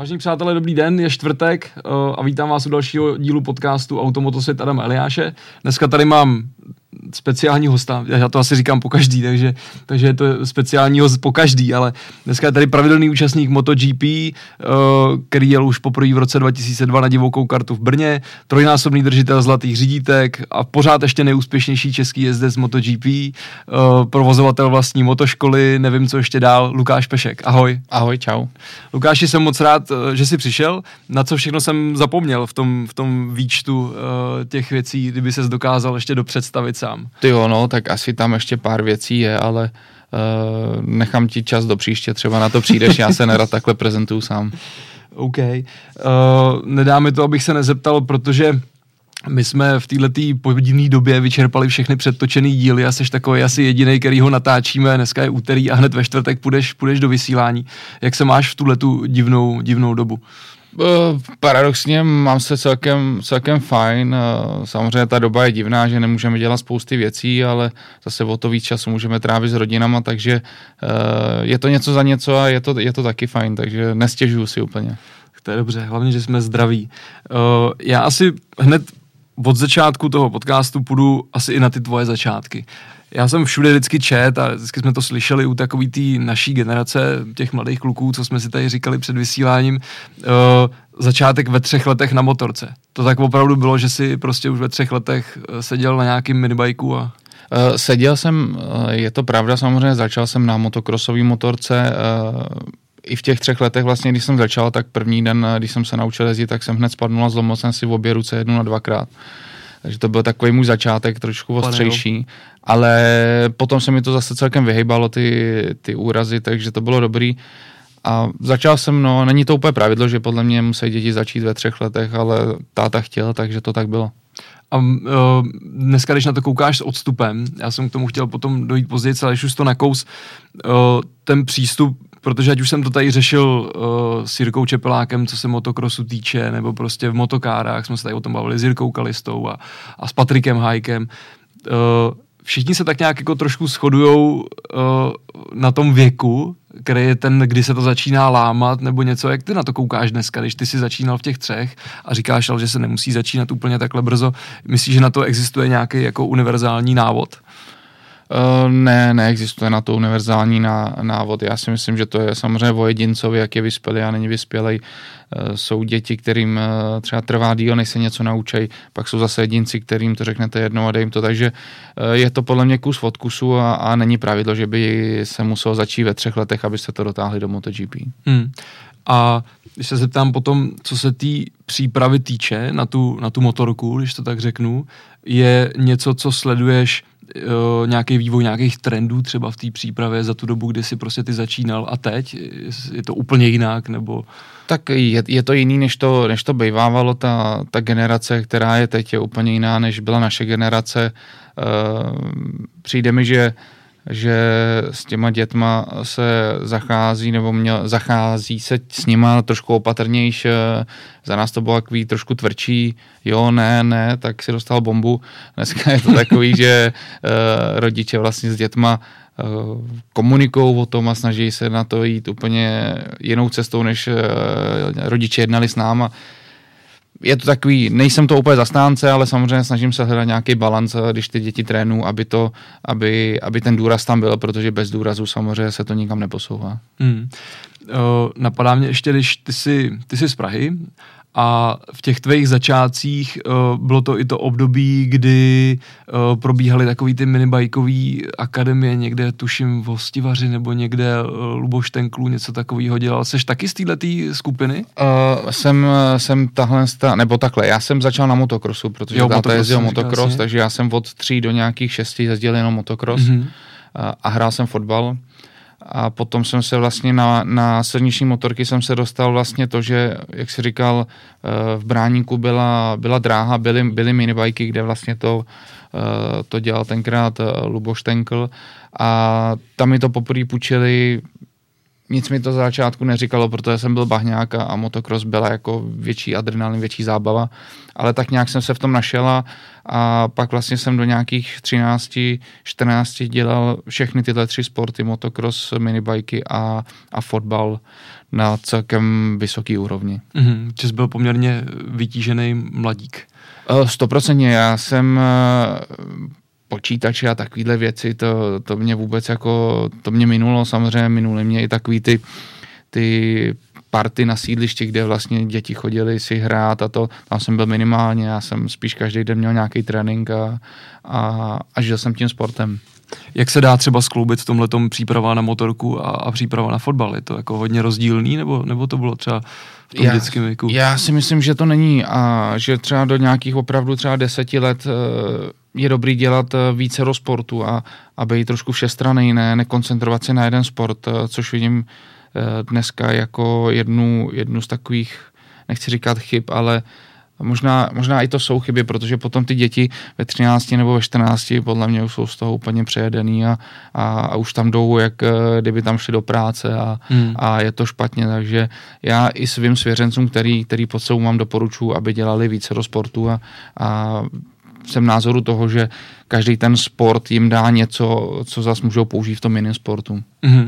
Vážení přátelé, dobrý den, je čtvrtek a vítám vás u dalšího dílu podcastu Automotosvět Adama Eliáše. Dneska tady mám speciální hosta, já to asi říkám po každý, takže je to speciální host po každý, ale dneska je tady pravidelný účastník MotoGP, který jel už poprvé v roce 2002 na divokou kartu v Brně, trojnásobný držitel zlatých řídítek a pořád ještě nejúspěšnější český jezdec MotoGP, provozovatel vlastní motoškoly, nevím co ještě dál, Lukáš Pešek. Ahoj. Ahoj, čau. Lukáši, jsem moc rád, že jsi přišel. Na co všechno jsem zapomněl v tom výčtu těch věcí, kdyby ses dokázal ještě dopředstavit sám. Ty jo, no, tak asi tam ještě pár věcí je, ale nechám ti čas do příště, třeba na to přijdeš, já se nerad takhle prezentuju sám. OK. Nedá mi to, abych se nezeptal, protože my jsme v této podivné době vyčerpali všechny předtočený díly a seš takový asi jedinej, který ho natáčíme, dneska je úterý a hned ve čtvrtek půjdeš do vysílání. Jak se máš v tuhletu divnou dobu? Paradoxně mám se celkem fajn, samozřejmě ta doba je divná, že nemůžeme dělat spousty věcí, ale zase o to víc času můžeme trávit s rodinama, takže je to něco za něco a je to taky fajn, takže nestěžuju si úplně. To je dobře, hlavně, že jsme zdraví. Já asi hned od začátku toho podcastu půjdu asi i na ty tvoje začátky. Já jsem všude vždycky čet a vždycky jsme to slyšeli u takový té naší generace, těch mladých kluků, co jsme si tady říkali před vysíláním, začátek ve 3 letech na motorce. To tak opravdu bylo, že si prostě už ve 3 letech seděl na nějakým minibajku a... Seděl jsem, je to pravda samozřejmě, začal jsem na motokrosové motorce, i v těch 3 letech vlastně, když jsem začal, tak první den, když jsem se naučil jezdit, tak jsem hned spadnul a zlomil jsem si v obě ruce 1 na 2krát. Takže to byl takový můj začátek, trošku ostřejší, ale potom se mi to zase celkem vyhejbalo ty úrazy, takže to bylo dobrý. A začal jsem, není to úplně pravidlo, že podle mě musí děti začít ve 3 letech, ale táta chtěl, takže to tak bylo. A dneska, když na to koukáš s odstupem, já jsem k tomu chtěl potom dojít později, ale když už to nakous, ten přístup, protože ať už jsem to tady řešil s Jirkou Čepelákem, co se motokrosu týče, nebo prostě v motokárách, jsme se tady o tom bavili s Jirkou Kalistou a s Patrikem Hajkem, všichni se tak nějak jako trošku shodujou na tom věku, který je ten, kdy se to začíná lámat, nebo něco. Jak ty na to koukáš dneska, když ty jsi začínal v těch 3 a říkáš, že se nemusí začínat úplně takhle brzo. Myslíš, že na to existuje nějaký jako univerzální návod? Neexistuje na to univerzální návod. Já si myslím, že to je samozřejmě o jedincovi, jak je vyspělý a není vyspělej. Jsou děti, kterým třeba trvá díl, než se něco naučí, pak jsou zase jedinci, kterým to řeknete jednou a dej jim to. Takže je to podle mě kus od kusu a není pravidlo, že by se muselo začít ve 3 letech, abyste to dotáhli do MotoGP. A když se zeptám potom, co se té přípravy týče na tu motorku, když to tak řeknu, je něco, co sleduješ, nějaký vývoj nějakých trendů třeba v té přípravě za tu dobu, kdy si prostě ty začínal a teď? Je to úplně jinak, nebo... Tak je to jiný, než to bývávalo. Ta generace, která je teď, je úplně jiná, než byla naše generace. Přijde mi, že s těma dětma se zachází, nebo zachází se s nima trošku opatrnější. Za nás to bylo takový trošku tvrdší. Jo, ne, tak si dostal bombu. Dneska je to takový, že rodiče vlastně s dětma komunikují o tom a snaží se na to jít úplně jinou cestou, než rodiče jednali s náma. Je to takový, nejsem to úplně zastánce, ale samozřejmě snažím se hledat nějaký balans, když ty děti trénují, aby ten důraz tam byl, protože bez důrazu samozřejmě se to nikam neposouvá. Napadá mě ještě, když ty jsi z Prahy a v těch tvých začátcích bylo to i to období, kdy probíhaly takový ty minibajkový akademie, někde tuším v Hostivaři nebo někde Luboš Tenklu, něco takového dělal. Seš taky z téhletý skupiny? Jsem takhle, já jsem začal na motokrosu, protože táta jezdil motokros, takže já jsem od 3 do nějakých 6 jezdil jenom motokros a hrál jsem fotbal. A potom jsem se vlastně na silniční motorky jsem se dostal vlastně to, že, jak jsi říkal, v Bráníku byla dráha, byly minibajky, kde vlastně to dělal tenkrát Luboš Tenkl a tam mi to poprvé půjčili nic mi to za začátku neříkalo, protože jsem byl bahňák a motocross byla jako větší adrenalin, větší zábava, ale tak nějak jsem se v tom našel a pak vlastně jsem do nějakých 13, 14 dělal všechny tyhle 3 sporty, motocross, minibajky a fotbal na celkem vysoký úrovni. Čes byl poměrně vytížený mladík. 100%, já jsem počítače a takovýhle věci, to mě vůbec jako, to mě minulo, samozřejmě minuli mě i takový ty party na sídlišti, kde vlastně děti chodili si hrát a to, tam jsem byl minimálně, já jsem spíš každý den měl nějaký trénink a žil jsem tím sportem. Jak se dá třeba skloubit v tomhletom příprava na motorku a příprava na fotbal? Je to jako hodně rozdílný, nebo to bylo třeba v tom dětském věku? Já si myslím, že to není a že třeba do nějakých opravdu třeba 10 let je dobrý dělat více sportu a být trošku všestranný, nekoncentrovat se na jeden sport, což vidím dneska jako jednu z takových, nechci říkat chyb, ale možná i to jsou chyby, protože potom ty děti ve 13 nebo ve 14 podle mě už jsou z toho úplně přejedený a už tam jdou, jak kdyby tam šli do práce a je to špatně, takže já i svým svěřencům, který pod sebou mám, doporučuji, aby dělali více do sportu a jsem názoru toho, že každý ten sport jim dá něco, co zase můžou použít v tom jiném sportu.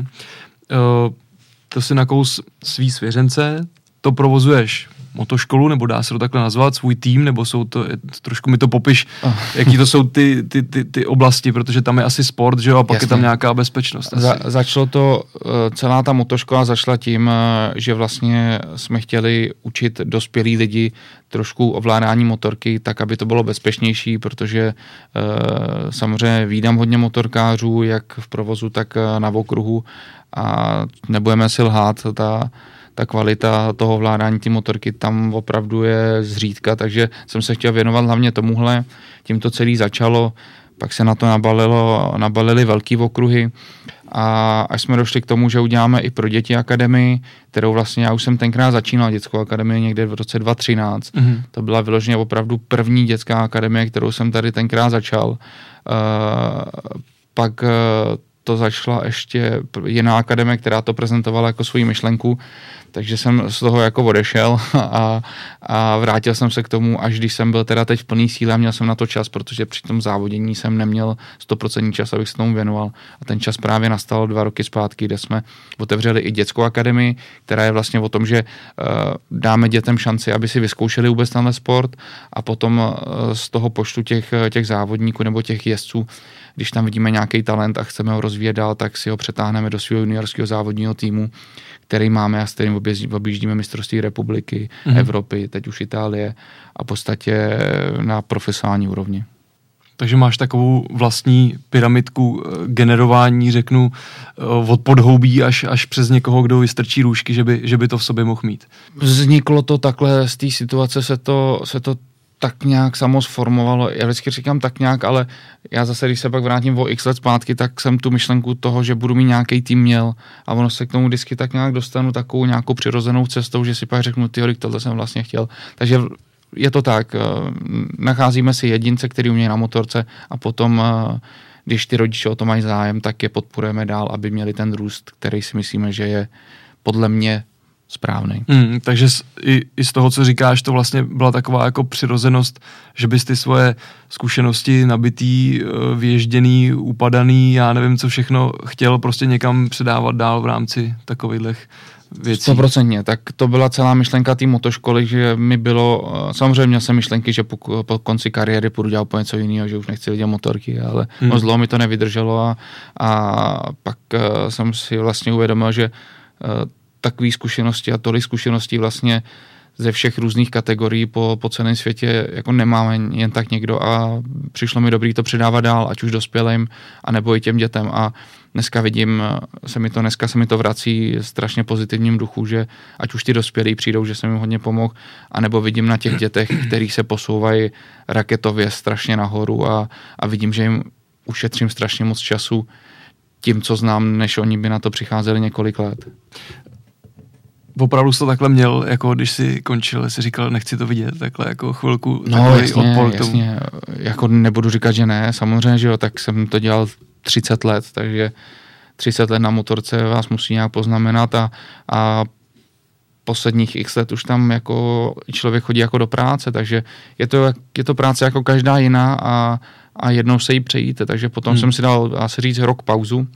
To si nakous svý svěřence, to provozuješ motoškolu, nebo dá se to takhle nazvat, svůj tým, nebo jsou to, trošku mi to popiš, jaký to jsou ty oblasti, protože tam je asi sport, že jo, a pak je tam nějaká bezpečnost. Začalo to, celá ta motoškola začala tím, že vlastně jsme chtěli učit dospělí lidi trošku ovládání motorky, tak, aby to bylo bezpečnější, protože samozřejmě vídám hodně motorkářů, jak v provozu, tak na okruhu a nebudeme si lhát, ta kvalita toho ovládání té motorky tam opravdu je zřídka, takže jsem se chtěl věnovat hlavně tomuhle, tím to celé začalo, pak se na to nabalily velký okruhy a až jsme došli k tomu, že uděláme i pro děti akademii, kterou vlastně já už jsem tenkrát začínal dětskou akademii někde v roce 2013. To byla vyloženě opravdu první dětská akademie, kterou jsem tady tenkrát začal. Pak to začala ještě jiná akademie, která to prezentovala jako svoji myšlenku, takže jsem z toho jako odešel a vrátil jsem se k tomu, až když jsem byl teda teď v plný síle a měl jsem na to čas, protože při tom závodění jsem neměl 100% čas, abych se tomu věnoval. A ten čas právě nastal 2 roky zpátky, kde jsme otevřeli i dětskou akademii, která je vlastně o tom, že dáme dětem šanci, aby si vyzkoušeli vůbec tenhle sport a potom z toho počtu těch závodníků nebo těch jezdců, když tam vidíme nějaký talent a chceme ho rozvíjet dál, tak si ho přetáhneme do svého juniorského závodního týmu, který máme a s kterým objíždíme mistrovství republiky, Evropy, teď už Itálie a v podstatě na profesionální úrovni. Takže máš takovou vlastní pyramidku generování, řeknu, od podhoubí až přes někoho, kdo vystrčí růžky, že by to v sobě mohl mít. Vzniklo to takhle, z té situace se to tak nějak samo sformovalo. Já vždycky říkám tak nějak, ale já zase, když se pak vrátím o x let zpátky, tak jsem tu myšlenku toho, že budu mít nějaký tým měl a ono se k tomu vždycky tak nějak dostanu takovou nějakou přirozenou cestou, že si pak řeknu, tohle jsem vlastně chtěl. Takže je to tak, nacházíme si jedince, který umějí na motorce a potom, když ty rodiče o to mají zájem, tak je podporujeme dál, aby měli ten růst, který si myslíme, že je podle mě správný. Takže i z toho, co říkáš, to vlastně byla taková jako přirozenost, že bys ty svoje zkušenosti nabitý, vyježděný, upadaný, já nevím, co všechno chtěl prostě někam předávat dál v rámci takových věcí. 100%. Tak to byla celá myšlenka té motoškoly, že mi bylo, samozřejmě měl jsem myšlenky, že po konci kariéry půjdu dělat úplně něco jiného, že už nechci vidět motorky, ale moc dlouho mi to nevydrželo a pak jsem si vlastně uvědomil, že takové zkušenosti a tolik zkušeností vlastně ze všech různých kategorií po celém světě jako nemáme jen tak někdo a přišlo mi dobrý to předávat dál, ať už dospělým, anebo i těm dětem a dneska se mi to vrací strašně pozitivním duchu, že ať už ty dospělí přijdou, že jsem jim hodně pomohl, anebo vidím na těch dětech, kterých se posouvají raketově strašně nahoru a vidím, že jim ušetřím strašně moc času tím, co znám, než oni by na to přicházeli několik let. Opravdu jsi to takhle měl, jako když jsi končil, jsi říkal, nechci to vidět, takhle jako chvilku jasně, jako nebudu říkat, že ne, samozřejmě, že jo, tak jsem to dělal 30 let, 30 let na motorce vás musí nějak poznamenat a posledních x let už tam jako člověk chodí jako do práce, takže je to práce jako každá jiná a jednou se jí přejíte, takže potom jsem si dal, dá se říct, rok pauzu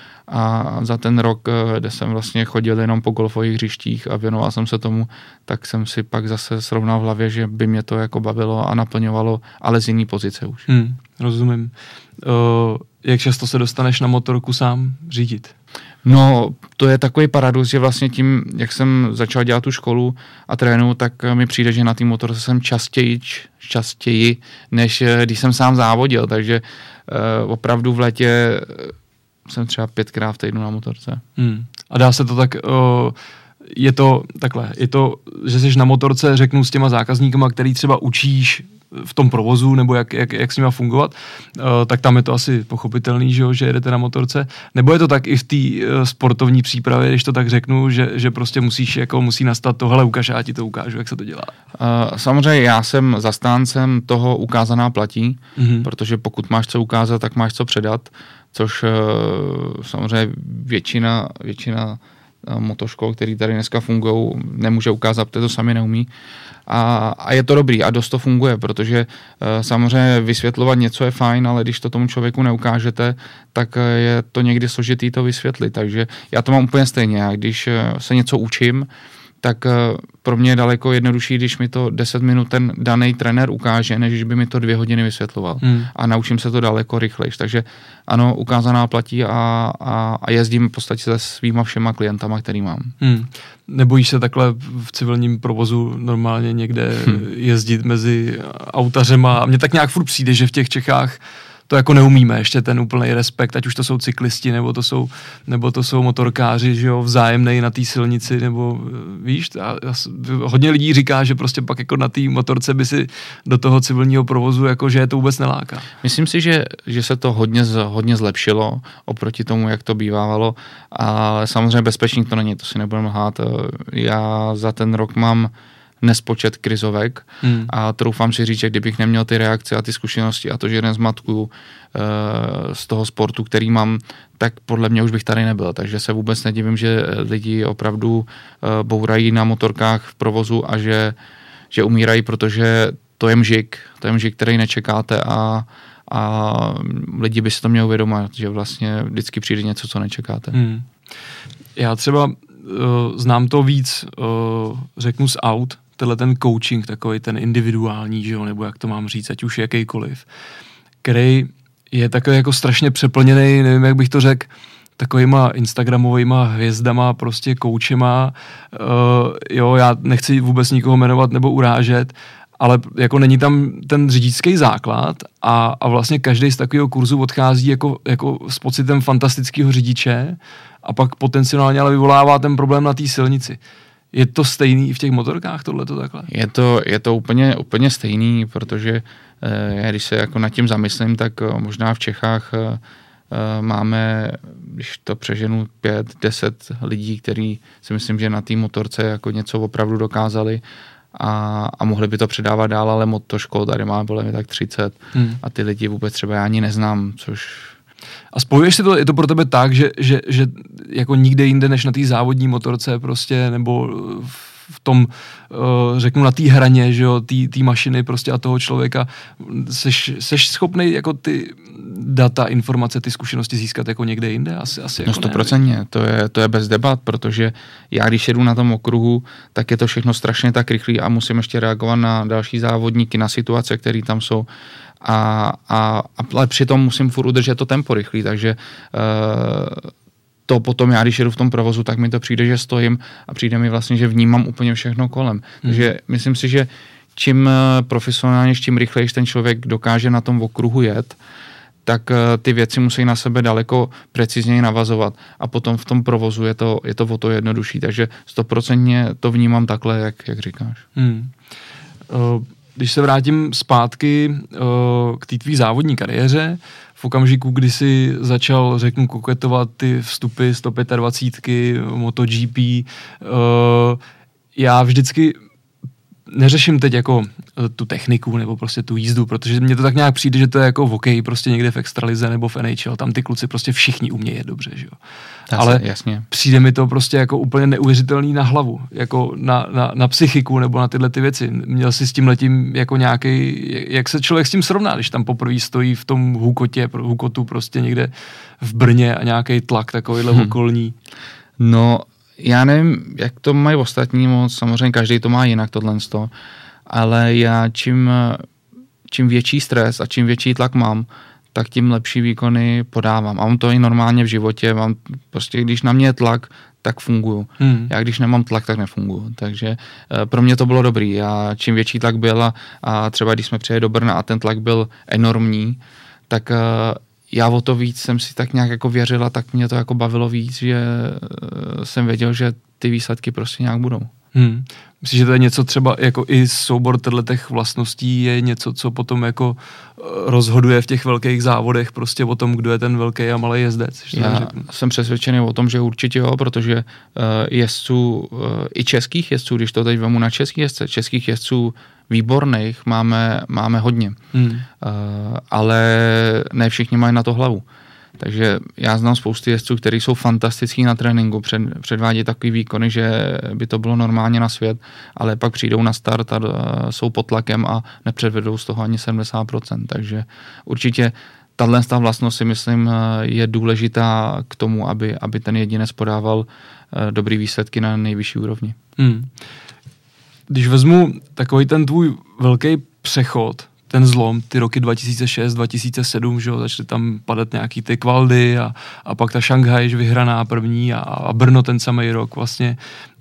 a za ten rok, kde jsem vlastně chodil jenom po golfových hřištích a věnoval jsem se tomu, tak jsem si pak zase srovnal v hlavě, že by mě to jako bavilo a naplňovalo, ale z jiný pozice už. Rozumím. Jak často se dostaneš na motorku sám řídit? No, to je takový paradox, že vlastně tím, jak jsem začal dělat tu školu a trénu, tak mi přijde, že na té motorce jsem častěji, než když jsem sám závodil, takže opravdu v létě jsem třeba 5krát v týdnu na motorce. A dá se to tak, je to takhle, je to, že jsi na motorce, řeknu, s těma zákazníkama, který třeba učíš v tom provozu, nebo jak s nima fungovat, tak tam je to asi pochopitelný, že jedete na motorce. Nebo je to tak i v té sportovní přípravě, když to tak řeknu, že prostě musí nastat to, hele, ukaž, já ti to ukážu, jak se to dělá. Samozřejmě já jsem zastáncem toho ukázaná platí, protože pokud máš co ukázat, tak máš co předat, což samozřejmě většina motoškol, který tady dneska fungují, nemůže ukázat, protože to sami neumí. A je to dobrý a dost to funguje, protože samozřejmě vysvětlovat něco je fajn, ale když to tomu člověku neukážete, tak je to někdy složitý to vysvětlit. Takže já to mám úplně stejně. Já když se něco učím, tak pro mě je daleko jednodušší, když mi to 10 minut ten daný trenér ukáže, než když by mi to 2 hodiny vysvětloval. A naučím se to daleko rychlejš. Takže ano, ukázaná platí a jezdím v podstatě se svýma všema klientama, který mám. Nebojíš se takhle v civilním provozu normálně někde jezdit mezi autařema? A mně tak nějak furt přijde, že v těch Čechách to jako neumíme, ještě ten úplný respekt, ať už to jsou cyklisti, nebo to jsou motorkáři, že jo, vzájemnej na té silnici, nebo víš, hodně lidí říká, že prostě pak jako na té motorce by si do toho civilního provozu, jako že je to vůbec neláká. Myslím si, že se to hodně zlepšilo oproti tomu, jak to bývávalo, a samozřejmě bezpečník to není, to si nebudeme lhát. Já za ten rok mám nespočet krizovek a troufám si říct, že kdybych neměl ty reakce a ty zkušenosti a to, že jeden z matků z toho sportu, který mám, tak podle mě už bych tady nebyl. Takže se vůbec nedivím, že lidi opravdu bourají na motorkách v provozu a že umírají, protože to je mžik, který nečekáte a lidi by si to měli uvědomit, že vlastně vždycky přijde něco, co nečekáte. Já třeba znám to víc, řeknu z aut, tenhle ten coaching, takový ten individuální, že jo, nebo jak to mám říct, ať už jakýkoliv, který je takový jako strašně přeplněný, nevím, jak bych to řekl, takovýma instagramovýma hvězdama, prostě koučema, jo, já nechci vůbec nikoho jmenovat nebo urážet, ale jako není tam ten řidičský základ a vlastně každý z takového kurzu odchází jako s pocitem fantastického řidiče a pak potenciálně ale vyvolává ten problém na té silnici. Je to stejný i v těch motorkách, tohleto takhle? Je to úplně stejný, protože já když se jako nad tím zamyslím, tak možná v Čechách máme, když to přeženu, 5-10 lidí, kteří si myslím, že na té motorce jako něco opravdu dokázali a mohli by to předávat dál, ale motoškol tady má podle mě tak 30 a ty lidi vůbec třeba já ani neznám, což... A spojuješ si to, je to pro tebe tak, že jako nikde jinde než na té závodní motorce prostě, nebo v tom, řeknu, na té hraně, že jo, té mašiny prostě a toho člověka, seš schopnej jako ty data, informace, ty zkušenosti získat jako někde jinde? Asi no 100%, to je bez debat, protože já když jedu na tom okruhu, tak je to všechno strašně tak rychlý a musím ještě reagovat na další závodníky, na situace, které tam jsou. Ale přitom musím furt udržet to tempo rychlý, takže to potom já, když jedu v tom provozu, tak mi to přijde, že stojím a přijde mi vlastně, že vnímám úplně všechno kolem. Takže myslím si, že čím profesionálně, čím rychlejší ten člověk dokáže na tom okruhu jet, tak ty věci musí na sebe daleko precizněji navazovat a potom v tom provozu je to o to jednodušší, takže 100% to vnímám takhle, jak říkáš. Když se vrátím zpátky k té tvý závodní kariéře, v okamžiku, kdy jsi začal, řeknu, koketovat ty vstupy 125, MotoGP, já vždycky neřeším teď jako tu techniku nebo prostě tu jízdu, protože mně to tak nějak přijde, že to je jako v hokeji prostě někde v extralize nebo v NHL, tam ty kluci prostě všichni umějí jet dobře, že jo. Ale jasně. Přijde mi to prostě jako úplně neuvěřitelný na hlavu, jako na psychiku nebo na tyhle ty věci. Měl si s tím letím jako nějaký, jak se člověk s tím srovná, když tam poprvé stojí v tom hukotu prostě někde v Brně a nějaký tlak takovýhle okolní. No, já nevím, jak to mají ostatní moc, samozřejmě každý to má jinak tohleto, ale já čím větší stres a čím větší tlak mám, tak tím lepší výkony podávám. A mám to i normálně v životě, prostě když na mě je tlak, tak funguju. Já když nemám tlak, tak nefunguju. Takže pro mě to bylo dobrý. Já čím větší tlak byl a třeba když jsme přijeli do Brna a ten tlak byl enormní, tak já o to víc jsem si tak nějak jako věřil a tak mě to jako bavilo víc, že jsem věděl, že ty výsledky prostě nějak budou. Myslím, že to je něco třeba jako i soubor těch vlastností je něco, co potom jako rozhoduje v těch velkých závodech prostě o tom, kdo je ten velký a malý jezdec. Já jsem přesvědčený o tom, že určitě jo, protože jezdců, i českých jezdců, když to teď vemu na českých jezdců výborných máme hodně, ale ne všichni mají na to hlavu. Takže já znám spoustu jezdců, kteří jsou fantastický na tréninku, předvádí takový výkony, že by to bylo normálně na svět, ale pak přijdou na start a jsou pod tlakem a nepředvedou z toho ani 70%. Takže určitě tato vlastnost si myslím je důležitá k tomu, aby ten jedinec podával dobrý výsledky na nejvyšší úrovni. Když vezmu takový ten tvůj velký přechod, ten zlom, ty roky 2006, 2007, že jo, začaly tam padat nějaký ty kvaldy a pak ta Šanghaj vyhraná první a Brno ten samý rok vlastně.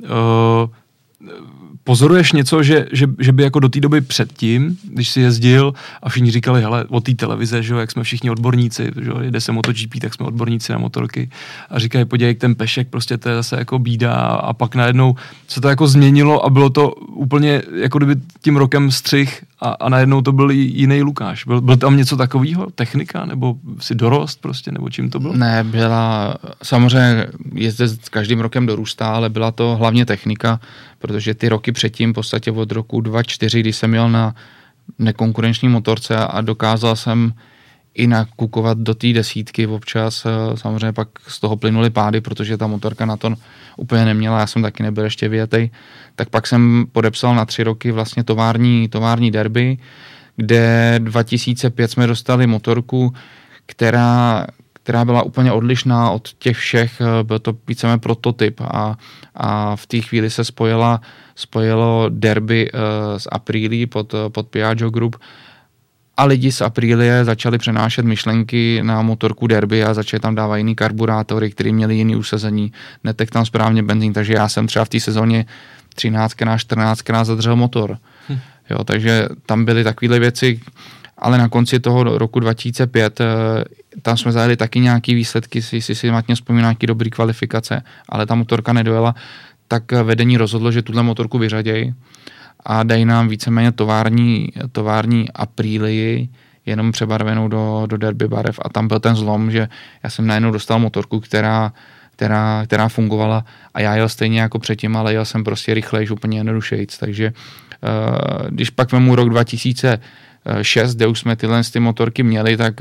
Pozoruješ něco, že by jako do té doby předtím, když si jezdil a všichni říkali, hele, od té televize, že jo, jak jsme všichni odborníci, že jo, jede se MotoGP, tak jsme odborníci na motorky a říkají, podívej, ten pešek, prostě to je zase jako bída a pak najednou se to jako změnilo a bylo to úplně, jako kdyby tím rokem střih a najednou to byl jiný Lukáš. Byl tam něco takového, technika, nebo si dorost prostě, nebo čím to bylo? Ne, byla, samozřejmě jezdec každým rokem dorůstá, ale byla to hlavně technika, protože ty roky předtím, v podstatě od roku 2004, když jsem jel na nekonkurenční motorce a dokázal jsem i nakukovat do té desítky občas, samozřejmě pak z toho plynuly pády, protože ta motorka na to úplně neměla, já jsem taky nebyl ještě vyjetej, tak pak jsem podepsal na 3 roky vlastně tovární derby, kde 2005 jsme dostali motorku, která byla úplně odlišná od těch všech, byl to víceméně prototyp a v té chvíli se spojilo derby z Aprilia pod Piaggio Group a lidi z Aprilie začali přenášet myšlenky na motorku derby a začali tam dávat jiný karburátory, které měly jiný usazení, netek tam správně benzín, takže já jsem třeba v té sezóně 13krát zadržel motor. Jo, takže tam byly takovéhle věci, ale na konci toho roku 2005 tam jsme zajeli taky nějaký výsledky, si matně vzpomínám nějaký dobrý kvalifikace, ale ta motorka nedojela, tak vedení rozhodlo, že tuhle motorku vyřadějí a dají nám víceméně tovární Aprilii, jenom přebarvenou do derby barev a tam byl ten zlom, že já jsem najednou dostal motorku, která fungovala a já jel stejně jako předtím, ale jel jsem prostě rychlejš, úplně jednodušejc, takže když pak vemu rok 2006, kde už jsme tyhle motorky měli, tak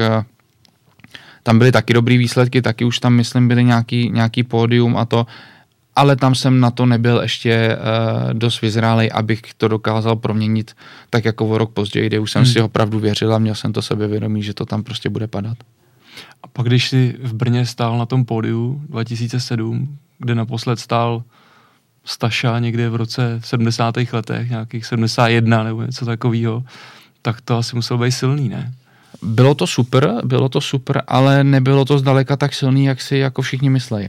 tam byly taky dobrý výsledky, taky už tam, myslím, byly nějaký pódium a to, ale tam jsem na to nebyl ještě dost vyzrálej, abych to dokázal proměnit tak jako o rok později, kde už jsem si opravdu věřil a měl jsem to sebevědomí, že to tam prostě bude padat. A pak když jsi v Brně stál na tom pódiu 2007, kde naposled stál Staša někde v roce 70. letech, nějakých 71 nebo něco takového, tak to asi muselo být silný, ne? Bylo to super, ale nebylo to zdaleka tak silný, jak si jako všichni myslejí.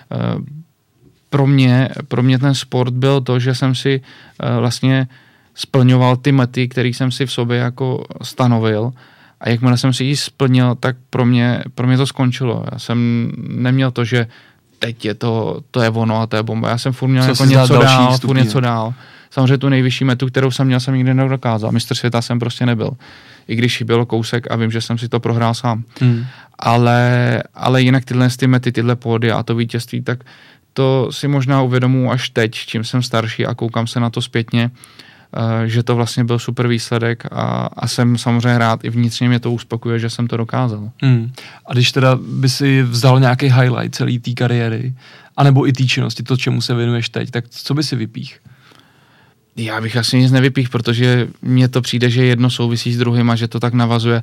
Pro mě ten sport byl to, že jsem si vlastně splňoval ty mety, které jsem si v sobě jako stanovil a jakmile jsem si ji splnil, tak pro mě to skončilo. Já jsem neměl to, že teď je to je ono a to je bomba. Já jsem furt měl jako něco dál. Samozřejmě tu nejvyšší metu, kterou jsem měl, jsem nikdy nedokázal. Mistr světa jsem prostě nebyl. I když chybělo kousek a vím, že jsem si to prohrál sám. Ale jinak tyhle mety, tyhle pódy a to vítězství, tak to si možná uvědomuji až teď, čím jsem starší a koukám se na to zpětně. že to vlastně byl super výsledek a jsem samozřejmě rád, i vnitřně mě to uspokojuje, že jsem to dokázal. A když teda by si vzal nějaký highlight celé té kariéry, anebo i té činnosti, to, čemu se věnuješ teď, tak co by si vypích? Já bych asi nic nevypích, protože mně to přijde, že jedno souvisí s druhým a že to tak navazuje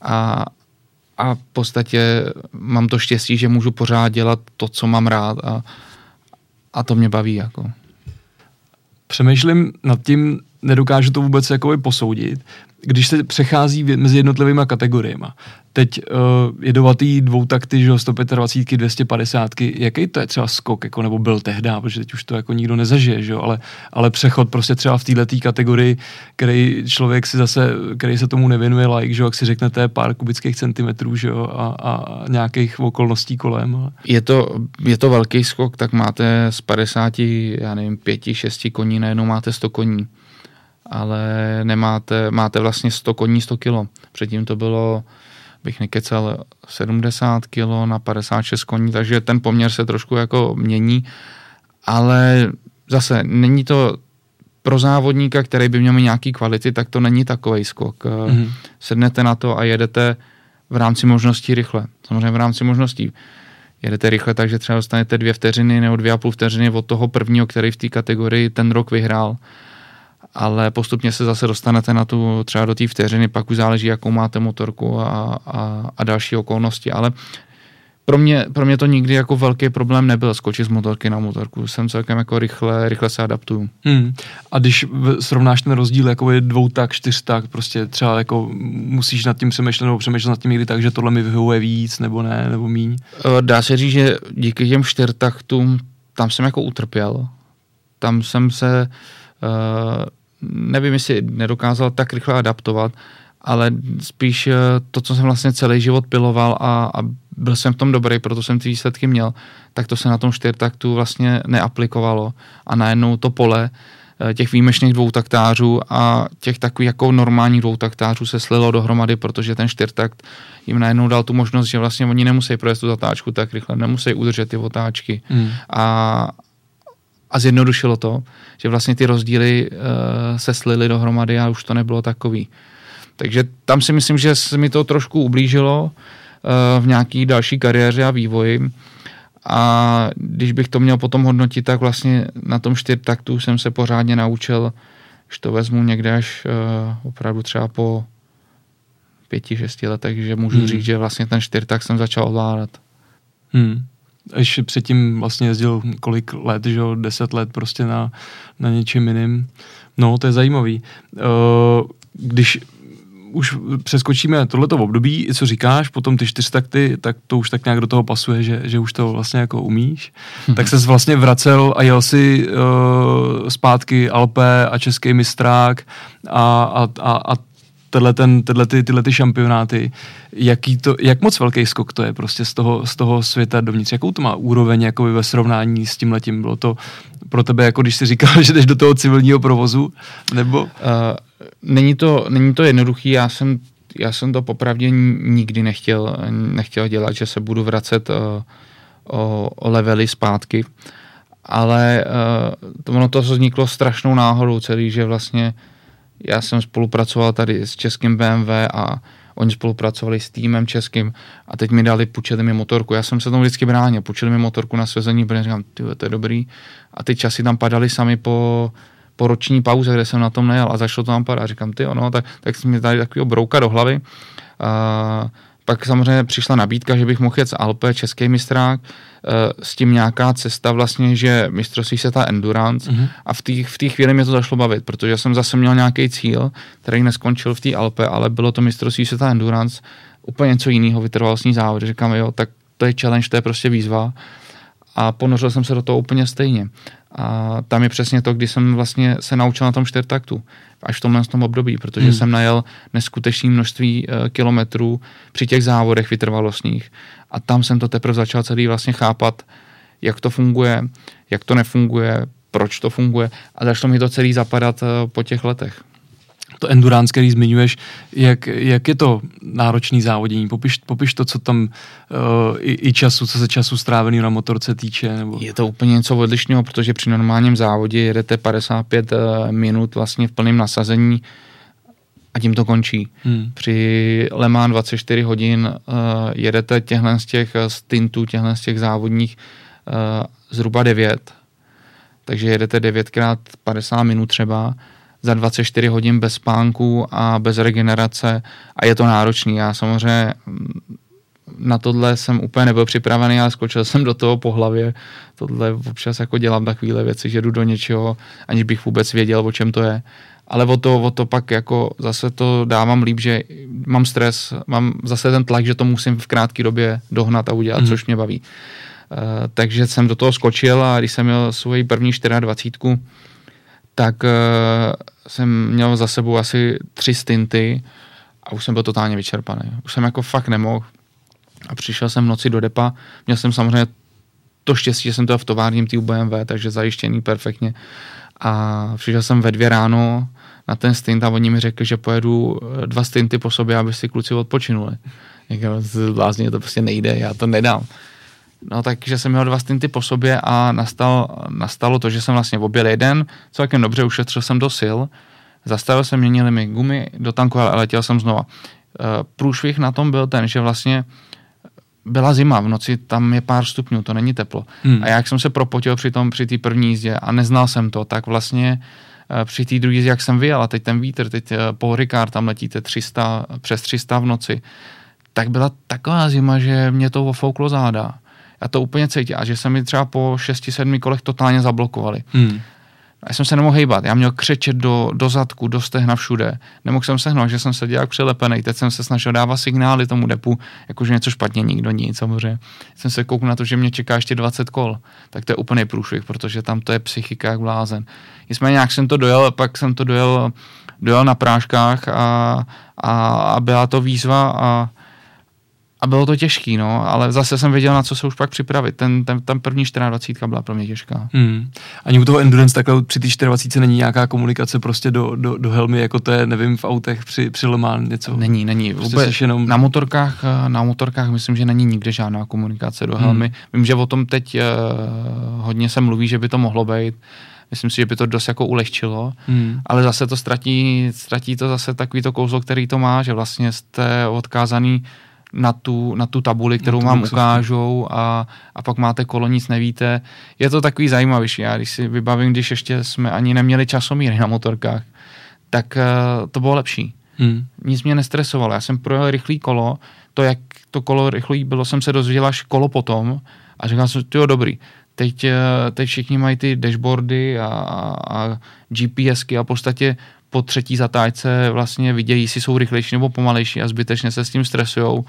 a v podstatě mám to štěstí, že můžu pořád dělat to, co mám rád a to mě baví. Jako. Přemýšlím nad tím, nedokážu to vůbec jakoby posoudit, když se přechází mezi jednotlivými kategoriemi. Teď jedovatý dvoutakty, že 125, 250, jaký to je třeba skok, jako, nebo byl tehda, protože teď už to jako nikdo nezažije, že? Ale přechod prostě třeba v této kategorii, který člověk si zase, který se tomu nevěnuje like, že? Jak si řeknete pár kubických centimetrů, že? A nějakých okolností kolem. Ale... Je to velký skok, tak máte z 50, já nevím, 5-6 koní, najednou máte 100 koní. Ale máte vlastně 100 koní, 100 kilo. Předtím to bylo, bych nekecal, 70 kilo na 56 koní, takže ten poměr se trošku jako mění, ale zase není to pro závodníka, který by měl nějaký kvality, tak to není takovej skok. Sednete na to a jedete v rámci možností rychle. Samozřejmě v rámci možností. Jedete rychle, takže třeba dostanete 2 vteřiny nebo 2,5 vteřiny od toho prvního, který v té kategorii ten rok vyhrál. Ale postupně se zase dostanete na tu třeba do té vteřiny, pak už záleží, jakou máte motorku a další okolnosti, ale pro mě to nikdy jako velký problém nebyl skočit z motorky na motorku, jsem celkem jako rychle se adaptuju. A když srovnáš ten rozdíl jako je 2-tak, 4-tak, prostě třeba jako musíš nad tím přemýšlet nad tím někdy tak, že tohle mi vyhovuje víc, nebo ne, nebo míň? Dá se říct, že díky těm 4-taktům tam jsem jako utrpěl. Tam jsem se nevím, jestli nedokázal tak rychle adaptovat, ale spíš to, co jsem vlastně celý život piloval a byl jsem v tom dobrý, proto jsem ty výsledky měl, tak to se na tom 4-taktu vlastně neaplikovalo a najednou to pole těch výjimečných dvoutaktářů a těch takových jako normálních dvoutaktářů se slilo dohromady, protože ten 4-takt jim najednou dal tu možnost, že vlastně oni nemusí projet tu zatáčku tak rychle, nemusí udržet ty otáčky a zjednodušilo to, že vlastně ty rozdíly se slily dohromady a už to nebylo takový. Takže tam si myslím, že se mi to trošku ublížilo v nějaký další kariéře a vývoji. A když bych to měl potom hodnotit, tak vlastně na tom 4-taktu jsem se pořádně naučil, že to vezmu někde až opravdu třeba po 5-6 letech, že můžu říct, že vlastně ten 4-takt jsem začal ovládat. Ještě předtím vlastně jezdil kolik let, že 10 let prostě na něčem jiným. No, to je zajímavý. Když už přeskočíme tohleto období, co říkáš, potom ty 4-takty, tak to už tak nějak do toho pasuje, že už to vlastně jako umíš. Tak ses vlastně vracel a jel si zpátky Alpe a český mistrák a tyhle ty šampionáty, jak moc velký skok to je prostě z toho světa dovnitř, jakou to má úroveň jakoby ve srovnání s tímhletím, bylo to pro tebe, jako když jsi říkal, že jdeš do toho civilního provozu, nebo? Není to jednoduchý, já jsem to popravdě nikdy nechtěl dělat, že se budu vracet o levely zpátky, ale ono to vzniklo strašnou náhodou celý, že vlastně já jsem spolupracoval tady s českým BMW a oni spolupracovali s týmem českým a teď mi dali, půjčili mi motorku. Já jsem se tomu vždycky bránil, půjčili mi motorku na svezení, protože říkám, to je dobrý. A ty časy tam padaly sami po roční pauze, kde jsem na tom nejel a začalo to tam padat. A říkám, tak mi dali takovýho brouka do hlavy. Pak samozřejmě přišla nabídka, že bych mohl jet z Alpe, český mistrák, s tím nějaká cesta vlastně, že mistrovství světa endurance a v té chvíli mě to začalo bavit, protože jsem zase měl nějaký cíl, který neskončil v té Alpe, ale bylo to mistrovství světa endurance, úplně něco jiného, vytrvalostní závod. Říkám, jo, tak to je challenge, to je prostě výzva a ponořil jsem se do toho úplně stejně. A tam je přesně to, kdy jsem vlastně se naučil na tom 4-taktu, až v tomhle období, protože jsem najel neskutečné množství kilometrů při těch závodech vytrvalostních a tam jsem to teprve začal celý vlastně chápat, jak to funguje, jak to nefunguje, proč to funguje a začalo mi to celý zapadat po těch letech. to endurance, který zmiňuješ, jak je to náročný závodění? Popiš to, co tam i času, co se času strávený na motorce týče. Nebo... Je to úplně něco odlišného, protože při normálním závodě jedete 55 minut vlastně v plném nasazení a tím to končí. Při Le Mans 24 hodin jedete těchhle z těch stintů, těchhle z těch závodních zhruba 9. Takže jedete 9x50 minut třeba za 24 hodin bez spánku a bez regenerace a je to náročný. Já samozřejmě na tohle jsem úplně nebyl připravený, ale skočil jsem do toho po hlavě. Tohle občas jako dělám takovéhle věci, že jdu do něčeho, aniž bych vůbec věděl, o čem to je. Ale o to pak jako zase to dávám líp, že mám stres, mám zase ten tlak, že to musím v krátké době dohnat a udělat, což mě baví. Takže jsem do toho skočil a když jsem měl svoji první 24, tak jsem měl za sebou asi 3 stinty a už jsem byl totálně vyčerpaný. Už jsem jako fakt nemohl a přišel jsem v noci do depa. Měl jsem samozřejmě to štěstí, že jsem to v továrním týmu BMW, takže zajištěný perfektně. A přišel jsem ve 2 ráno na ten stint a oni mi řekli, že pojedu 2 stinty po sobě, aby si kluci odpočinuli. Vlastně to prostě nejde, já to nedám. No takže jsem měl 2 stinty po sobě a nastalo to, že jsem vlastně objel jeden, celkem dobře, ušetřil jsem do sil, zastavil jsem, měnili mi gumy, dotankoval a letěl jsem znova. Průšvih na tom byl ten, že vlastně byla zima, v noci tam je pár stupňů, to není teplo. A jak jsem se propotil při té první jízdě a neznal jsem to, tak vlastně při té druhé jízdě, jak jsem vyjel a teď ten vítr, teď Paul Ricard, tam letíte přes 300 v noci, tak byla taková zima, že mě to ofouklo záda. Já to úplně cítím a že se mi třeba po 6-7 kolech totálně zablokovali. A já jsem se nemohl hejbat, já měl křečet do zadku, do stehna všude. Nemohl jsem se hnout, že jsem seděl jak přilepený. Teď jsem se snažil dávat signály tomu depu, jakože něco špatně, nikdo nic samozřejmě. Jsem se koukl na to, že mě čeká ještě 20 kol. Tak to je úplný průšvih, protože tam to je psychika jak blázen. Nicméně nějak jsem to dojel, pak jsem to dojel na práškách a byla to výzva a bylo to těžký, no, ale zase jsem věděl, na co se už pak připravit. Ten první 24 byla pro mě těžká. Ani u toho endurance takhle při té 24 není nějaká komunikace prostě do helmy, jako to je, nevím, v autech při Le Mans něco? Není. Vůbec jenom... Na motorkách myslím, že není nikde žádná komunikace do helmy. Vím, že o tom teď hodně se mluví, že by to mohlo být. Myslím si, že by to dost jako ulehčilo, ale zase to ztratí to zase takový to kouzlo, který to má, že vlastně jste odkázaný na tu tabuli, kterou vám ukážou a pak máte kolo, nic nevíte. Je to takový zajímavější. Já když si vybavím, když ještě jsme ani neměli časomíry na motorkách, tak to bylo lepší. Nic mě nestresovalo. Já jsem projel rychlý kolo, to jak to kolo rychlý bylo, jsem se dozvěděl až kolo potom a říkal jsem, tyjo, dobrý. Teď všichni mají ty dashboardy a GPSky a v podstatě po 3. zatáčce vlastně vidějí, jestli jsou rychlejší nebo pomalejší a zbytečně se s tím stresujou.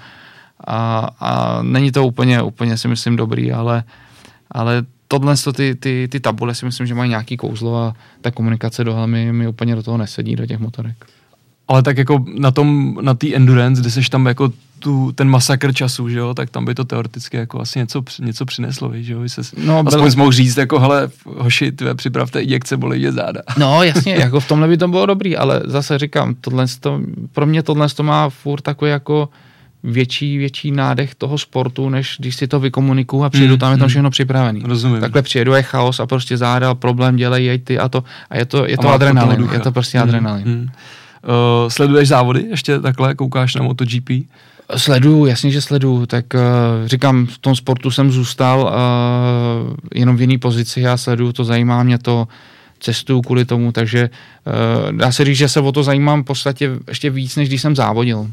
A není to úplně si myslím dobrý, ale tohle ty tabule si myslím, že mají nějaký kouzlo a ta komunikace do helmy mi úplně do toho nesedí, do těch motorek. Ale tak jako na té endurance, kde seš tam jako ten masakr času, že jo, tak tam by to teoreticky jako asi něco přineslo, že jo, aspoň jsi mohl říct, jako hele, hoši, připravte injekce, bolí mě záda. No jasně, jako v tomhle by to bylo dobrý, ale zase říkám, pro mě tohle má furt takový jako větší nádech toho sportu, než když si to vykomunikuju a přijedu, tam je tam všechno připravený. Rozumím. Takhle přijedu, je chaos a prostě záda, problém, dělej, jeď ty a je to adrenalin, je to prostě adrenalin. Sleduješ závody ještě takhle, koukáš na MotoGP? Sleduju, jasně, že sleduju, tak říkám, v tom sportu jsem zůstal jenom v jiný pozici, já sleduju, to zajímá mě to, cestuju kvůli tomu, takže dá se říct, že se o to zajímám v podstatě ještě víc, než když jsem závodil.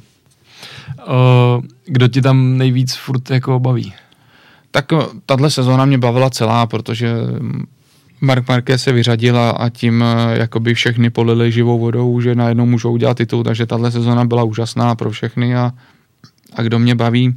Kdo ti tam nejvíc furt jako baví? Tak tahle sezóna mě bavila celá, protože Marc Marquez se vyřadil a tím jakoby všechny polili živou vodou, že najednou můžou udělat titul, takže tahle sezóna byla úžasná pro všechny a kdo mě baví.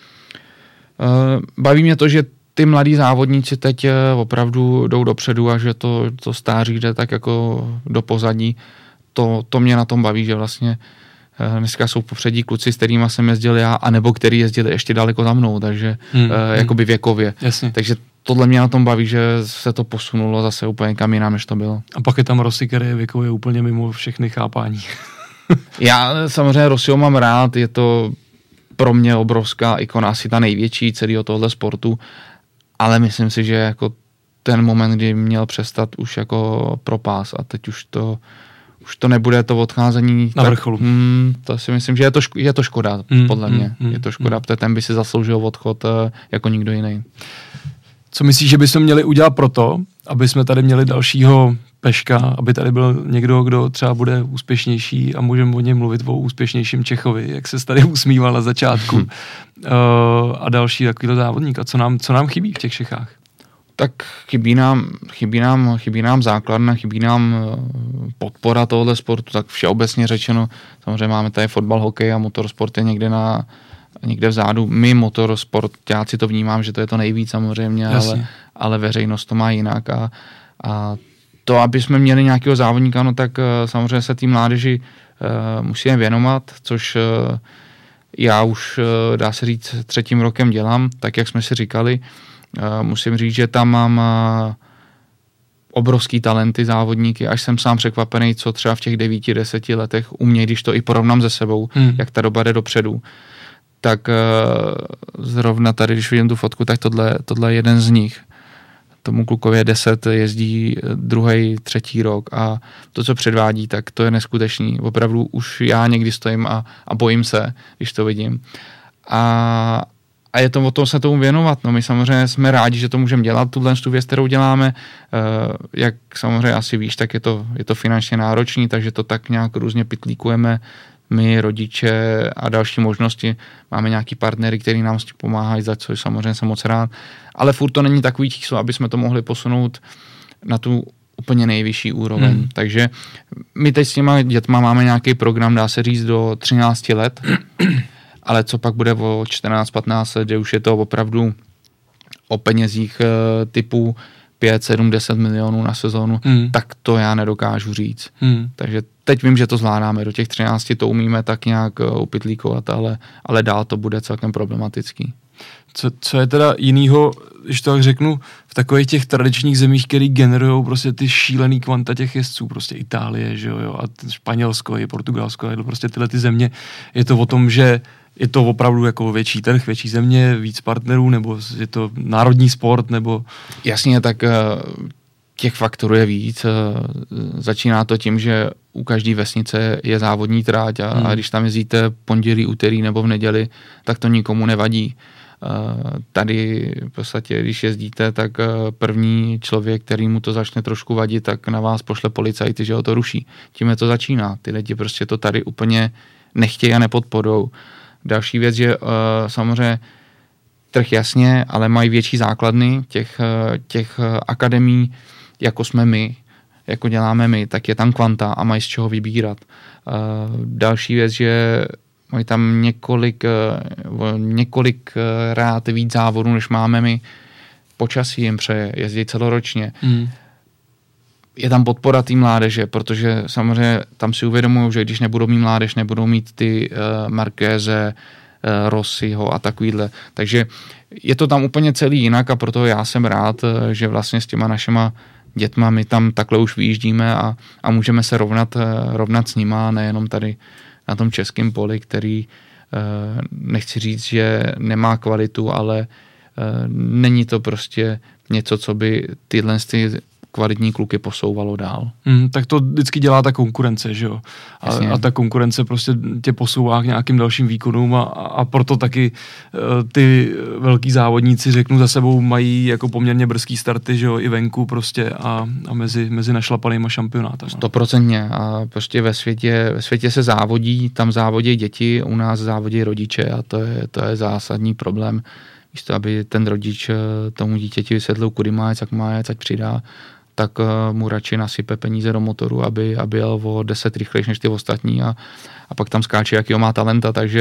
Baví mě to, že ty mladí závodníci teď opravdu jdou dopředu a že to stáří jde tak jako do pozadí. To mě na tom baví, že vlastně dneska jsou popředí kluci, s kterými jsem jezdil já, anebo který jezdili ještě daleko za mnou, takže jakoby věkově. Jasně. Takže tohle mě na tom baví, že se to posunulo zase úplně kam jinam, než to bylo. A pak je tam Rossi, který je věkově úplně mimo všechny chápání. Já samozřejmě Rossiho mám rád, je to pro mě obrovská ikona, asi ta největší celého tohle sportu, ale myslím si, že jako ten moment, kdy měl přestat už jako propás a teď už to nebude to odcházení na vrcholu. To si myslím, že je to škoda, podle mě. Je to škoda, protože ten by si zasloužil odchod jako nikdo jiný. Co myslíš, že bychom měli udělat proto, aby jsme tady měli dalšího Peška, aby tady byl někdo, kdo třeba bude úspěšnější a můžeme o něm mluvit o úspěšnějším Čechovi, jak se tady usmíval na začátku a další takovýhle závodník. A co nám chybí v těch Čechách? Tak chybí nám základna, chybí nám podpora tohohle sportu, tak všeobecně řečeno, samozřejmě máme tady fotbal, hokej a motorsport je někde vzadu. My motorsportáci to vnímám, že to je to nejvíc samozřejmě, ale veřejnost to má jinak a to, aby jsme měli nějakého závodníka, no tak samozřejmě se té mládeži musíme věnovat, což já už, dá se říct, 3. rokem dělám, tak jak jsme si říkali. Musím říct, že tam mám obrovský talenty závodníky, až jsem sám překvapený, co třeba v těch 9-10 letech umějí, když to i porovnám se sebou, jak ta doba jde dopředu. Tak zrovna tady, když vidím tu fotku, tak tohle je jeden z nich. Tomu klukově 10 jezdí 2., 3. rok a to, co předvádí, tak to je neskutečný. Opravdu už já někdy stojím a bojím se, když to vidím. A je to o tom se tomu věnovat. No my samozřejmě jsme rádi, že to můžeme dělat, tuhle věc, kterou děláme. Jak samozřejmě asi víš, tak je to finančně náročný, takže to tak nějak různě pitlíkujeme. My, rodiče a další možnosti. Máme nějaký partnery, který nám s tím pomáhají, za což samozřejmě jsem moc rád. Ale furt to není takový číslo, aby jsme to mohli posunout na tu úplně nejvyšší úroveň. Takže my teď s těma dětma máme nějaký program, dá se říct, do 13 let, ale co pak bude o 14-15 let, kde už je to opravdu o penězích typu 5, 7, 10 milionů na sezónu, tak to já nedokážu říct. Takže teď vím, že to zvládáme, do těch 13 to umíme tak nějak upitlíkovat, ale dál to bude celkem problematický. Co je teda jinýho, když to tak řeknu, v takových těch tradičních zemích, který generují prostě ty šílený kvanta těch jezdců, prostě Itálie, že jo, a Španělsko, i Portugalsko, a prostě tyhle ty země, je to o tom, že je to opravdu jako větší trh, větší země, víc partnerů, nebo je to národní sport, nebo... Jasně, tak těch faktorů je víc. Začíná to tím, že u každé vesnice je závodní tráť a když tam jezdíte pondělí, úterý nebo v neděli, tak to nikomu nevadí. Tady v podstatě, když jezdíte, tak první člověk, který mu to začne trošku vadit, tak na vás pošle policajty, že ho to ruší. Tím je to začíná. Ty lidi prostě to tady úplně nechtějí a nepodporujou. Další věc, že samozřejmě trh jasně, ale mají větší základny těch akademií, jako jsme my, jako děláme my, tak je tam kvanta a mají z čeho vybírat. Další věc, že mají tam několikrát víc závodů, než máme my. Počasí jim přeje, jezdí celoročně. Je tam podpora té mládeže, protože samozřejmě tam si uvědomují, že když nebudou mít mládež, nebudou mít ty Markéze, Rossiho a takovýhle. Takže je to tam úplně celý jinak a proto já jsem rád, že vlastně s těma našima dětma my tam takhle už vyjíždíme a můžeme se rovnat s nima, nejenom tady na tom českém poli, který nechci říct, že nemá kvalitu, ale není to prostě něco, co by tyhle kvalitní kluky posouvalo dál. Tak to vždycky dělá ta konkurence, že jo? A ta konkurence prostě tě posouvá k nějakým dalším výkonům a proto taky ty velký závodníci, řeknu, za sebou mají jako poměrně brzký starty, že jo, i venku prostě a mezi našlapanýma šampionátama. 100% a prostě ve světě se závodí, tam závodí děti, u nás závodí rodiče a to je zásadní problém. Místo, aby ten rodič tomu dítěti vysvětlil, kudy má jet, jak má jet, ať přidá, tak mu radši nasype peníze do motoru, aby jel o 10 rychlejš než ty ostatní a pak tam skáče, jakýho má talenta, takže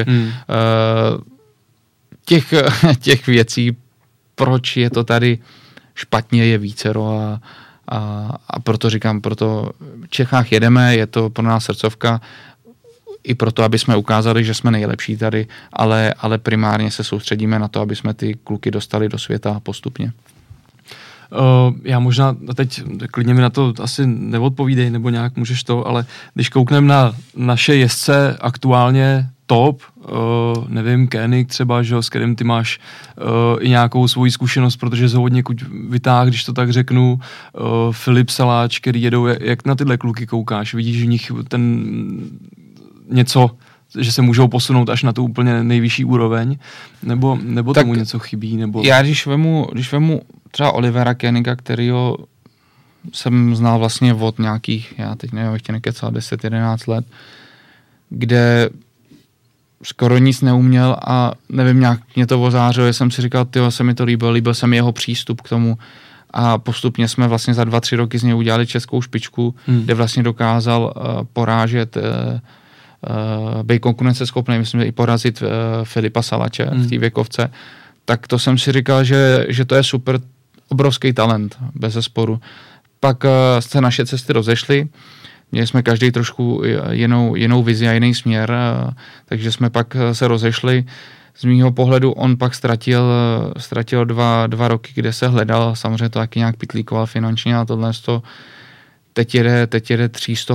těch věcí, proč je to tady špatně, je vícero a proto říkám, proto v Čechách jedeme, je to pro nás srdcovka, i proto, aby jsme ukázali, že jsme nejlepší tady, ale primárně se soustředíme na to, aby jsme ty kluky dostali do světa postupně. Já možná teď klidně mi na to asi neodpovídej, nebo nějak můžeš to, ale když koukneme na naše jezdce aktuálně top, nevím, Koenig třeba, že, s kterým ty máš i nějakou svoji zkušenost, protože se hodně vytáhl, když to tak řeknu, Filip Saláč, který jedou, jak na tyhle kluky koukáš? Vidíš v nich ten něco, že se můžou posunout až na tu úplně nejvyšší úroveň, nebo tak tomu něco chybí? Nebo... Já když vemu třeba Olivera Koeniga, kterýho jsem znal vlastně od nějakých, já teď nevím, ještě nekecal 10-11 let, kde skoro nic neuměl a nevím, nějak mě to ozářilo, jsem si říkal, tyjo, se mi to líbil se mi jeho přístup k tomu a postupně jsme vlastně za 2-3 roky z něj udělali českou špičku, kde vlastně dokázal porážet být konkurenceschopný, myslím, že i porazit Filipa Salače v té věkovce, tak to jsem si říkal, že to je super, obrovský talent, bez zesporu. Pak se naše cesty rozešly, měli jsme každý trošku jinou vizi a jiný směr, takže jsme pak se rozešli. Z mýho pohledu on pak ztratil dva roky, kde se hledal, samozřejmě to taky nějak pitlíkoval finančně a tohle teď jede 300,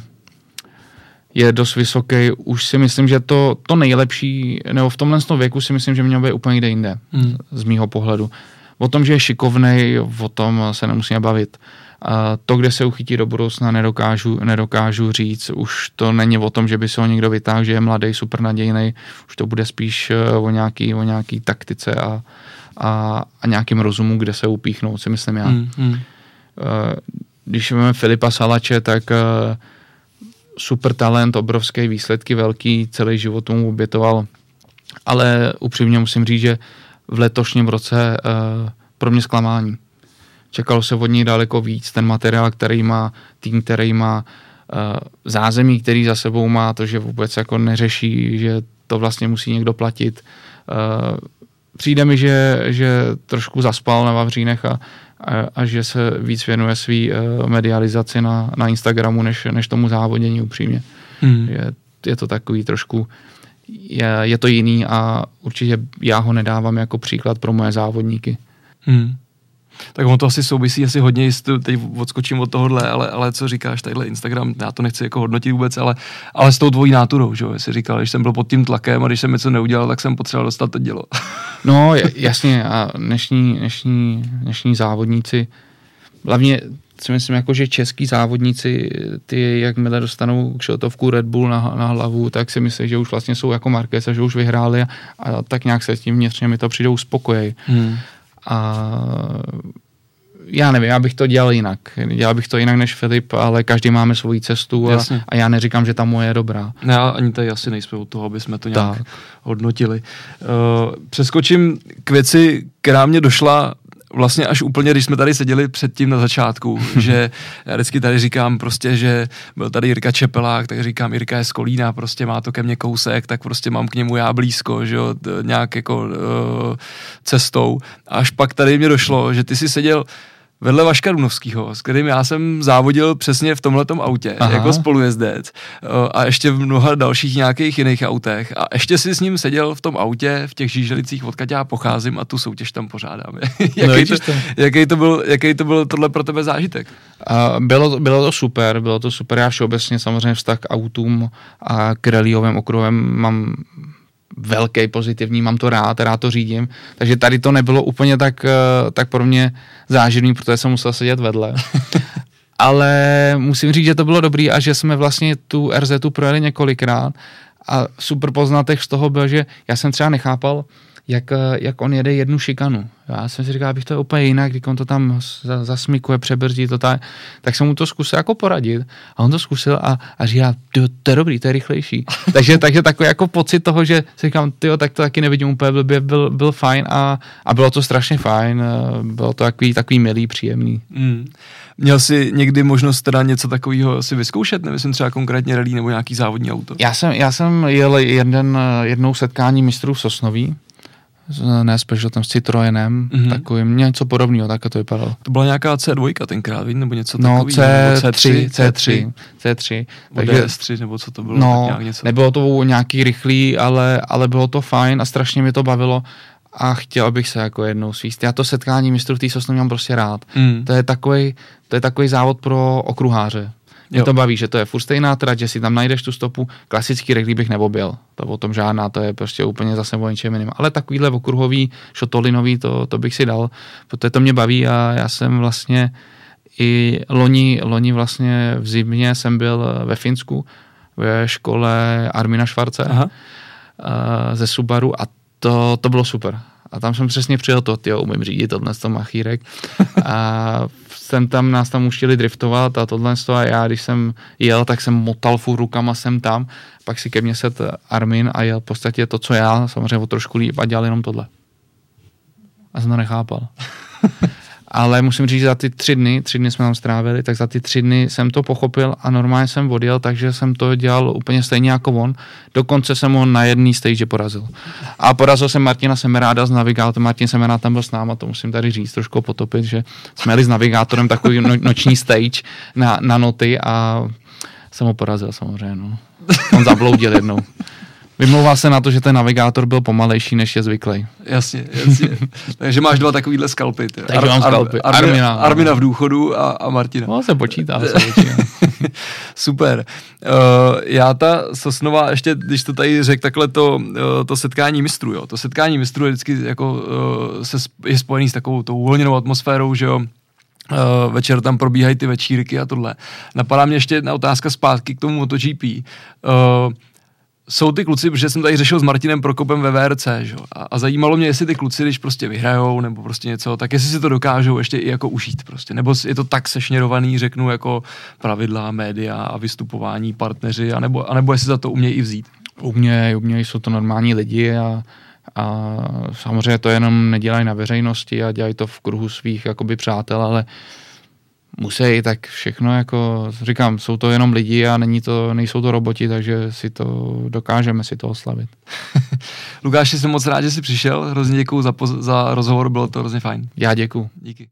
je dost vysoký. Už si myslím, že to nejlepší, nebo v tomhle věku si myslím, že měl být úplně jinde, z mýho pohledu. O tom, že je šikovnej, o tom se nemusíme bavit. A to, kde se uchytí do budoucna, nedokážu říct. Už to není o tom, že by se ho někdo vytáhl, že je mladý, super nadějnej. Už to bude spíš o nějaký taktice a nějakým rozumu, kde se upíchnout, si myslím já. Když máme Filipa Salače, tak super talent, obrovské výsledky, velký, celý život tomu obětoval. Ale upřímně musím říct, že v letošním roce pro mě zklamání. Čekalo se od něj daleko víc, ten materiál, který má, tým, který má, zázemí, který za sebou má, to, že vůbec jako neřeší, že to vlastně musí někdo platit. Přijde mi, že trošku zaspal na vavřínech a že se víc věnuje svý medializaci na Instagramu, než tomu závodění upřímně. Je to takový trošku, je to jiný a určitě já ho nedávám jako příklad pro moje závodníky. Tak ono to asi souvisí asi hodně, teď odskočím od tohohle, ale co říkáš, tadyhle Instagram, já to nechci jako hodnotit vůbec, ale s tou tvojí náturou, že jo, jsi říkal, když jsem byl pod tím tlakem a když jsem něco neudělal, tak jsem potřeboval dostat to dělo. No jasně a dnešní závodníci, hlavně si myslím, jako, že český závodníci, ty jakmile dostanou kšeltovku Red Bull na hlavu, tak si myslím, že už vlastně jsou jako Marquez a že už vyhráli a tak nějak se s tím vnitřně mi to přijdou spokojej. A já nevím, já bych to dělal jinak. Dělal bych to jinak než Filip, ale každý máme svoji cestu a já neříkám, že ta moje je dobrá. Ne, ani tady asi nejsme od toho, aby jsme to nějak hodnotili. Přeskočím k věci, která mě došla vlastně až úplně, když jsme tady seděli předtím na začátku, že já vždycky tady říkám prostě, že byl tady Jirka Čepelák, tak říkám, Jirka je z Kolína, prostě má to ke mně kousek, tak prostě mám k němu já blízko, že jo, nějak jako cestou. A až pak tady mě došlo, že ty jsi seděl vedle Vaška Runovského, s kterým já jsem závodil přesně v tomhletom autě, jako spolujezdec a ještě v mnoha dalších nějakých jiných autech a ještě si s ním seděl v tom autě, v těch Žíželicích, odkud já pocházím a tu soutěž tam pořádám. Jaký to byl tohle pro tebe zážitek? Bylo to super, já všeobecně samozřejmě vztah k autům a k rallyovým okruhem mám velký pozitivní, mám to rád to řídím, takže tady to nebylo úplně tak pro mě záživný, protože jsem musel sedět vedle. Ale musím říct, že to bylo dobrý a že jsme vlastně tu RZ projeli několikrát a super poznatek z toho byl, že já jsem třeba nechápal, jak on jede jednu šikanu. Já jsem si říkal, abych to úplně jinak, když on to tam zasmykuje, přebrzdí to tak jsem mu to zkusil jako poradit a on to zkusil a říká, to je dobrý, to je rychlejší. takže takový jako pocit toho, že si říkám, tak to taky nevidím úplně blbě, byl fajn a bylo to strašně fajn, bylo to takový milý, příjemný. Měl jsi někdy možnost teda něco takového si vyzkoušet, nemyslím třeba konkrétně rally nebo nějaký závodní auto? Já jsem jel jednou setkání mistrů v Sosnoví, ne s Peugeotem, s Citroenem, takovým, něco podobného, tak to vypadalo. To byla nějaká C2 tenkrát, nebo něco takového? No, C3. Takže DS3, nebo co to bylo? No, nebylo to nějaký rychlý, ale bylo to fajn a strašně mi to bavilo a chtěl bych se jako jednou svíst. Já to setkání mistrů v té Sosnově mám prostě rád. To je takový závod pro okruháře. Mě to baví, že to je furt stejná trať, že si tam najdeš tu stopu. Klasický rally bych neobjel. To o tom žádná, to je prostě úplně zase o něčem jiným. Ale takovýhle okruhový, šotolinový, to bych si dal, protože to mě baví a já jsem vlastně i loni vlastně v zimě jsem byl ve Finsku ve škole Armina Švarce ze Subaru a to bylo super. A tam jsem přesně přijel umím řídit tohle machírek. A nás tam učili driftovat a tohle a já, když jsem jel, tak jsem motal furt rukama sem tam. Pak si ke mně set Armin a jel v podstatě to, co já, samozřejmě o trošku líp a dělal jenom tohle. A jsem to nechápal. Ale musím říct, že za ty 3 dny jsme tam strávili, tak za ty 3 dny jsem to pochopil a normálně jsem odjel, takže jsem to dělal úplně stejně jako on. Dokonce jsem ho na jedný stage porazil. A porazil jsem Martina Semeráda z Navigátorem. Martin Semerád tam byl s náma, to musím tady říct, trošku potopit, že jsme jeli s Navigátorem takový noční stage na noty a jsem ho porazil samozřejmě. No. On zabloudil jednou. Vymlouvá se na to, že ten Navigátor byl pomalejší, než je zvyklý. Jasně. Takže máš 2 takovýhle skalpy. Takže mám skalpy. Armina v důchodu a Martina. No, se počítá. Super. Já ta Sosnova, ještě když to tady řekl takhle to setkání mistrů, jo. To setkání mistrů je vždycky jako je spojený s takovou tou uvolněnou atmosférou, že jo. Večer tam probíhají ty večírky a tohle. Napadá mě ještě jedna otázka zpátky k tomu MotoGP. Jsou ty kluci, protože jsem tady řešil s Martinem Prokopem ve VRC, že? A zajímalo mě, jestli ty kluci, když prostě vyhrajou nebo prostě něco, tak jestli si to dokážou ještě i jako užít prostě, nebo je to tak sešněrovaný, řeknu, jako pravidla, média a vystupování, partneři, anebo jestli za to umějí i vzít. Umějí, jsou to normální lidi a samozřejmě to jenom nedělají na veřejnosti a dělají to v kruhu svých jakoby přátel, ale musí, tak všechno jako, říkám, jsou to jenom lidi a nejsou to roboti, takže dokážeme si to oslavit. Lukáši, jsem moc rád, že jsi přišel, hrozně děkuju za rozhovor, bylo to hrozně fajn. Já děkuju. Díky.